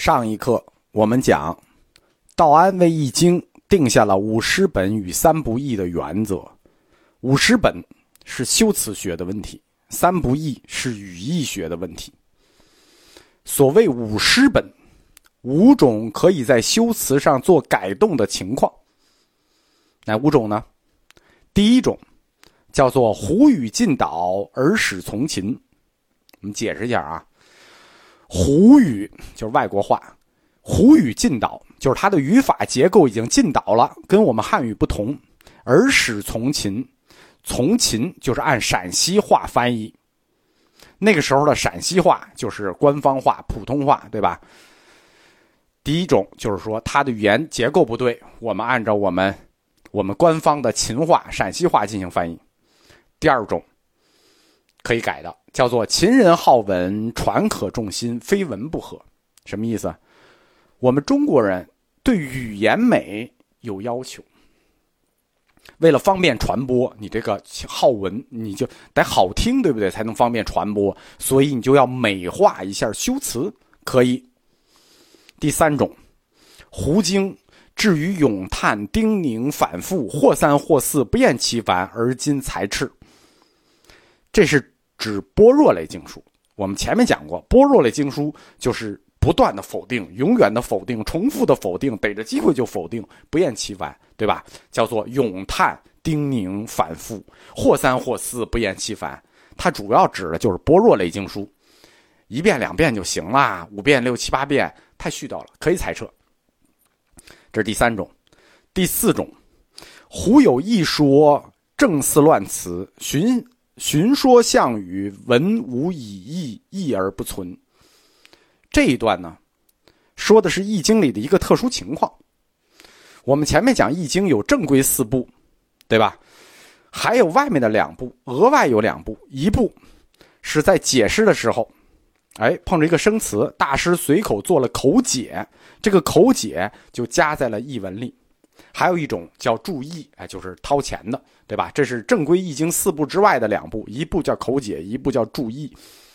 上一课我们讲，道安为易经定下了五十本与三不易的原则。五十本是修辞学的问题，三不易是语义学的问题。所谓五十本，五种可以在修辞上做改动的情况。哪五种呢？第一种叫做胡语尽导而使从秦。我们解释一下啊，胡语就是外国话，胡语尽导就是它的语法结构已经尽导了，跟我们汉语不同。而使从秦，从秦就是按陕西话翻译。那个时候的陕西话就是官方话、普通话，对吧？第一种就是说它的语言结构不对，我们按照我们官方的秦话、陕西话进行翻译。第二种可以改的叫做秦人好文，传可重心，非文不合。什么意思？我们中国人对语言美有要求，为了方便传播，你这个好文你就得好听，对不对？才能方便传播，所以你就要美化一下修辞，可以。第三种，胡经至于咏叹、叮咛、反复，或三或四，不厌其烦，而今才斥。这是指般若类经书。我们前面讲过，般若类经书就是不断的否定，永远的否定，重复的否定，逮着机会就否定，不厌其烦，对吧？叫做咏叹、叮咛、反复，或三或四，不厌其烦。它主要指的就是般若类经书，一遍两遍就行了，五遍六七八遍太絮叨了，可以裁撤。这是第三种。第四种，胡有一说，正似乱词，寻说象语，文无以义，义而不存。这一段呢，说的是易经里的一个特殊情况。我们前面讲易经有正规四部，对吧？还有外面的两部，额外有两部。一部是在解释的时候，碰着一个生词，大师随口做了口解，这个口解就加在了译文里。还有一种叫注译，就是掏钱的，对吧？这是正规易经四部之外的两部，一部叫口解，一部叫注译。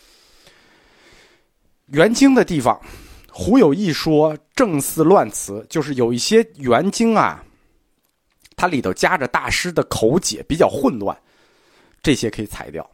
原经的地方，胡有一说正似乱词，就是有一些原经啊，它里头夹着大师的口解，比较混乱，这些可以裁掉。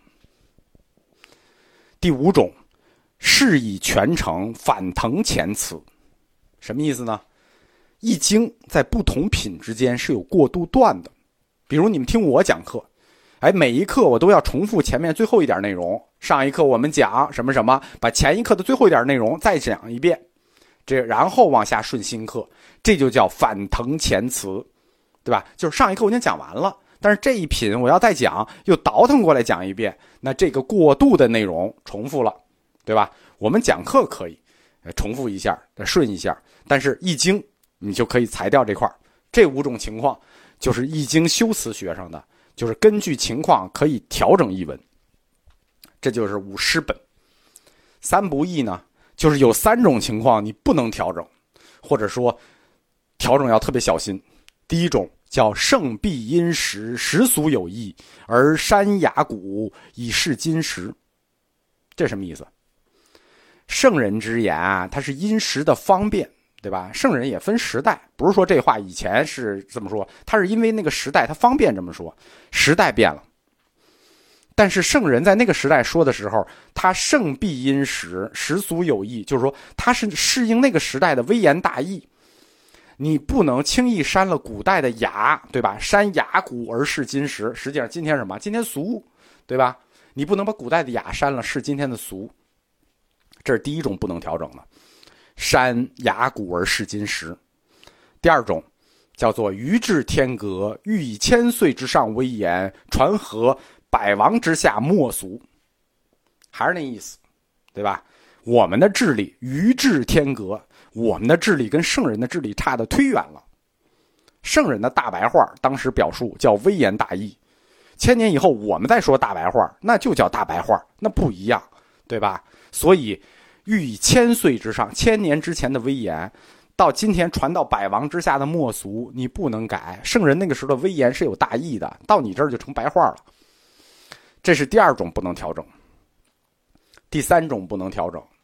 第五种，是以全程反腾前词。什么意思呢？易经在不同品之间是有过渡段的。比如你们听我讲课，每一课我都要重复前面最后一点内容。上一课我们讲什么什么，把前一课的最后一点内容再讲一遍，然后往下顺新课，这就叫反腾前词，对吧？就是上一课我已经讲完了，但是这一品我要再讲，又倒腾过来讲一遍，那这个过渡的内容重复了，对吧？我们讲课可以重复一下，顺一下，但是易经你就可以裁掉这块。这五种情况就是易经修辞学上的，就是根据情况可以调整译文。这就是五十本。三不易呢，就是有三种情况你不能调整，或者说调整要特别小心。第一种叫圣必因时，时俗有异，而山崖谷以示今时。这什么意思？圣人之言啊，它是因时的方便，对吧？圣人也分时代，不是说这话以前是这么说，他是因为那个时代他方便这么说，时代变了。但是圣人在那个时代说的时候，他圣必因时，时俗有异，就是说他是适应那个时代的微言大义。你不能轻易删了古代的雅，对吧？删雅古而示今时，实际上今天什么？今天俗，对吧？你不能把古代的雅删了，是今天的俗。这是第一种不能调整的，删雅古而示今时。第二种叫做余至天格，欲以千岁之上威严，传和百王之下莫俗。还是那意思，对吧？我们的治理余至天格，我们的治理跟圣人的治理差得忒远了。圣人的大白话当时表述叫微言大义，1000年以后我们再说大白话，那就叫大白话，那不一样，对吧？所以欲以千岁之上，1000年之前的威严，到今天传到百王之下的莫俗，你不能改。圣人那个时候的威严是有大义的，到你这儿就成白话了。这是第二种不能调整。第三种不能调整，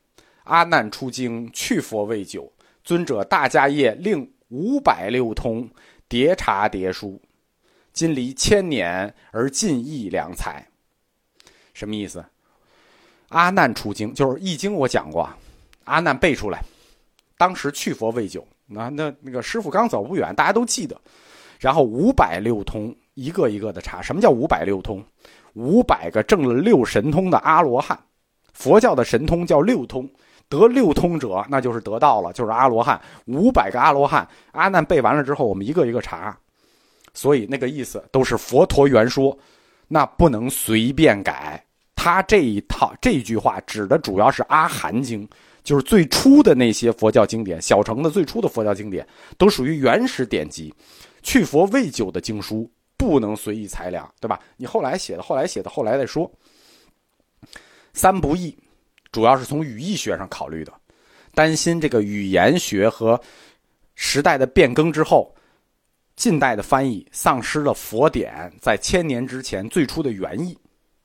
阿难出经，去佛未久，尊者大迦叶令506通，牒察牒书，今离1000年而尽亦良才。什么意思？阿难出经就是易经，我讲过，阿难背出来，当时去佛未久，那个师傅刚走不远，大家都记得。然后506通，一个一个的查。什么叫506通？500个证了6神通的阿罗汉，佛教的神通叫6通，得6通者那就是得道了，就是阿罗汉。500个阿罗汉，阿难背完了之后，我们一个一个查。所以那个意思都是佛陀原说，那不能随便改。他这一句话指的主要是阿含经，就是最初的那些佛教经典，小乘的最初的佛教经典都属于原始典籍，去佛未久的经书不能随意裁量，对吧？你后来写的后来再说。三不异主要是从语义学上考虑的，担心这个语言学和时代的变更之后，近代的翻译丧失了佛典在1000年之前最初的原意。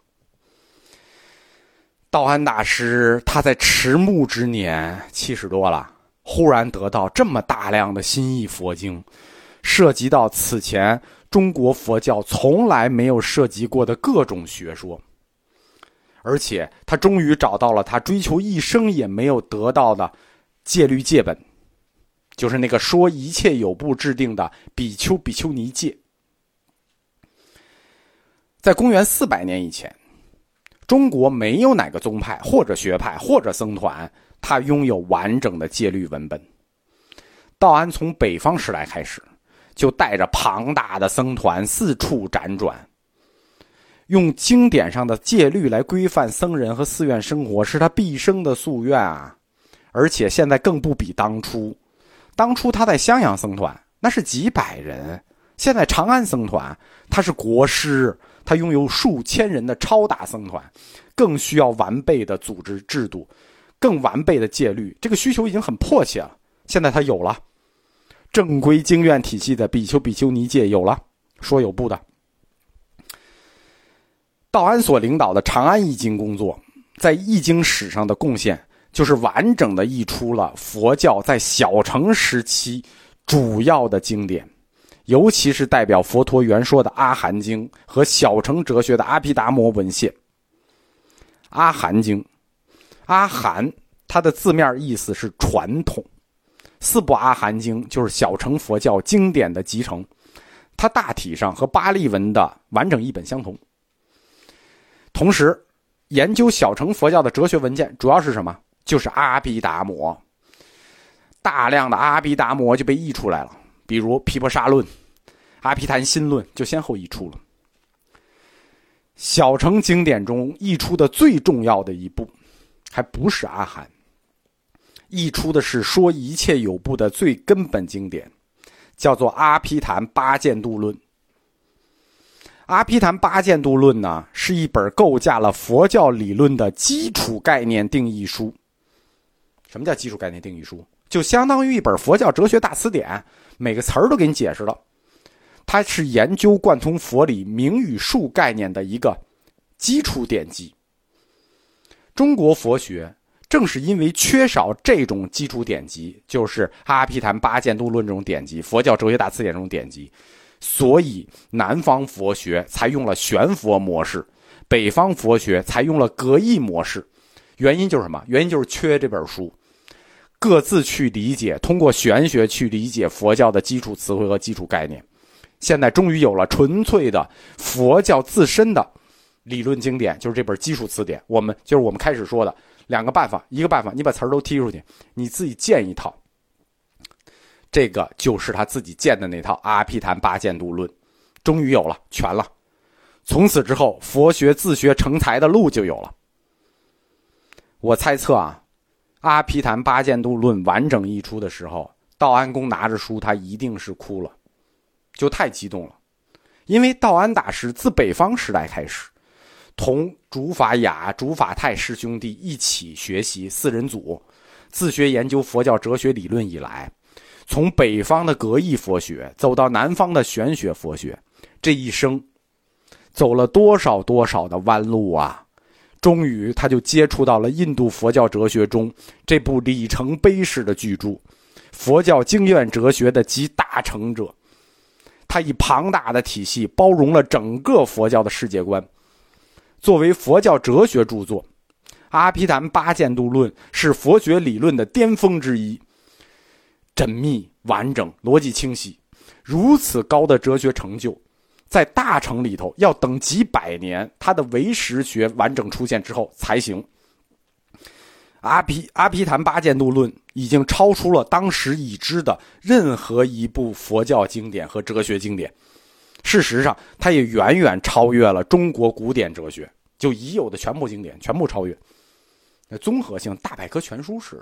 道安大师他在迟暮之年70多了，忽然得到这么大量的新译佛经，涉及到此前中国佛教从来没有涉及过的各种学说，而且他终于找到了他追求一生也没有得到的戒律戒本，就是那个说一切有部制定的比丘比丘尼戒。在公元400年以前，中国没有哪个宗派或者学派或者僧团他拥有完整的戒律文本。道安从北方时代开始，就带着庞大的僧团四处辗转，用经典上的戒律来规范僧人和寺院生活，是他毕生的夙愿啊。而且现在更不比当初他在襄阳僧团那是几百人，现在长安僧团他是国师，他拥有数千人的超大僧团，更需要完备的组织制度，更完备的戒律，这个需求已经很迫切了。现在他有了正规经院体系的比丘比丘尼戒，有了说有部的。道安所领导的长安译经工作，在译经史上的贡献就是完整的译出了佛教在小乘时期主要的经典，尤其是代表佛陀原说的阿含经和小乘哲学的阿毗达摩文献。阿含经，阿含它的字面意思是传统，四部阿含经就是小乘佛教经典的集成，它大体上和巴利文的完整译本相同。同时研究小乘佛教的哲学文件主要是什么？就是阿毗达摩，大量的阿毗达摩就被译出来了，比如毗婆沙论、阿毗昙心论就先后译出了。小乘经典中译出的最重要的一部还不是阿含，译出的是说一切有部的最根本经典，叫做阿毗昙八犍度论。阿毗昙八犍度论呢，是一本构架了佛教理论的基础概念定义书。什么叫基础概念定义书？就相当于一本佛教哲学大词典，每个词儿都给你解释了。它是研究贯通佛理名与术概念的一个基础典籍。中国佛学正是因为缺少这种基础典籍，就是阿毗昙八犍度论这种典籍，佛教哲学大词典这种典籍，所以南方佛学才用了玄佛模式，北方佛学才用了格义模式。原因就是什么？原因就是缺这本书，各自去理解，通过玄学去理解佛教的基础词汇和基础概念。现在终于有了纯粹的佛教自身的理论经典，就是这本基础词典。我们开始说的两个办法，一个办法你把词儿都踢出去，你自己建一套，这个就是他自己建的那套阿毗昙八犍度论，终于有了，全了。从此之后佛学自学成才的路就有了。我猜测啊，阿毗昙八犍度论完整译出的时候，道安公拿着书他一定是哭了，就太激动了。因为道安大师自北方时代开始，同竺法雅、竺法泰师兄弟一起学习四人组，自学研究佛教哲学理论以来，从北方的格义佛学走到南方的玄学佛学，这一生走了多少的弯路啊！ 终于他就接触到了印度佛教哲学中这部里程碑式的巨著，佛教经验哲学的集大成者。它以庞大的体系包容了整个佛教的世界观。作为佛教哲学著作，阿毗昙八犍度论是佛学理论的巅峰之一，缜密完整，逻辑清晰。如此高的哲学成就，在大乘里头要等几百年，它的唯识学完整出现之后才行。阿毗昙八犍度论已经超出了当时已知的任何一部佛教经典和哲学经典。事实上，它也远远超越了中国古典哲学，就已有的全部经典全部超越，综合性大百科全书式的。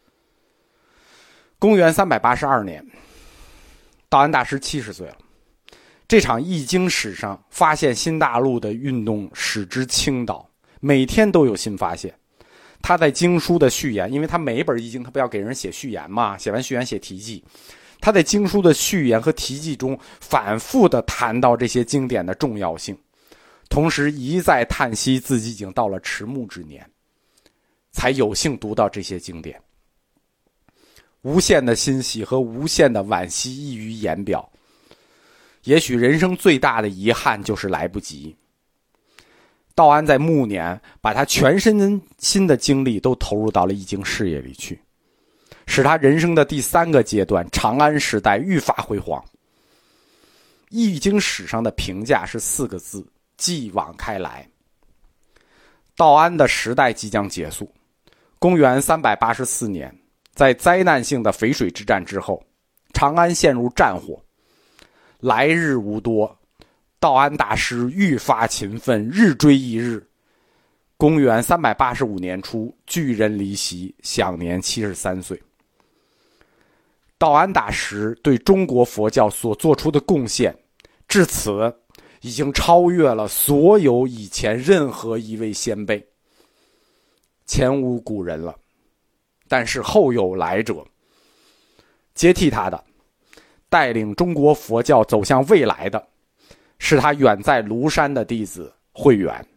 公元382年，道安大师70岁了。这场易经史上发现新大陆的运动使之倾倒，每天都有新发现。他在经书的序言，因为他每一本易经他不要给人写序言嘛，写完序言写题记，他在经书的序言和题记中反复地谈到这些经典的重要性，同时一再叹息自己已经到了迟暮之年，才有幸读到这些经典。无限的欣喜和无限的惋惜溢于言表。也许人生最大的遗憾就是来不及。道安在暮年把他全身心的精力都投入到了易经事业里去，使他人生的第3个阶段长安时代愈发辉煌。易经史上的评价是4个字：继往开来。道安的时代即将结束。公元384年，在灾难性的淝水之战之后，长安陷入战火，来日无多。道安大师愈发勤奋，日追一日。公元385年初，巨人离席，享年73岁。道安大师对中国佛教所做出的贡献，至此已经超越了所有以前任何一位先辈，前无古人了。但是后有来者，接替他的，带领中国佛教走向未来的，是他远在庐山的弟子慧远。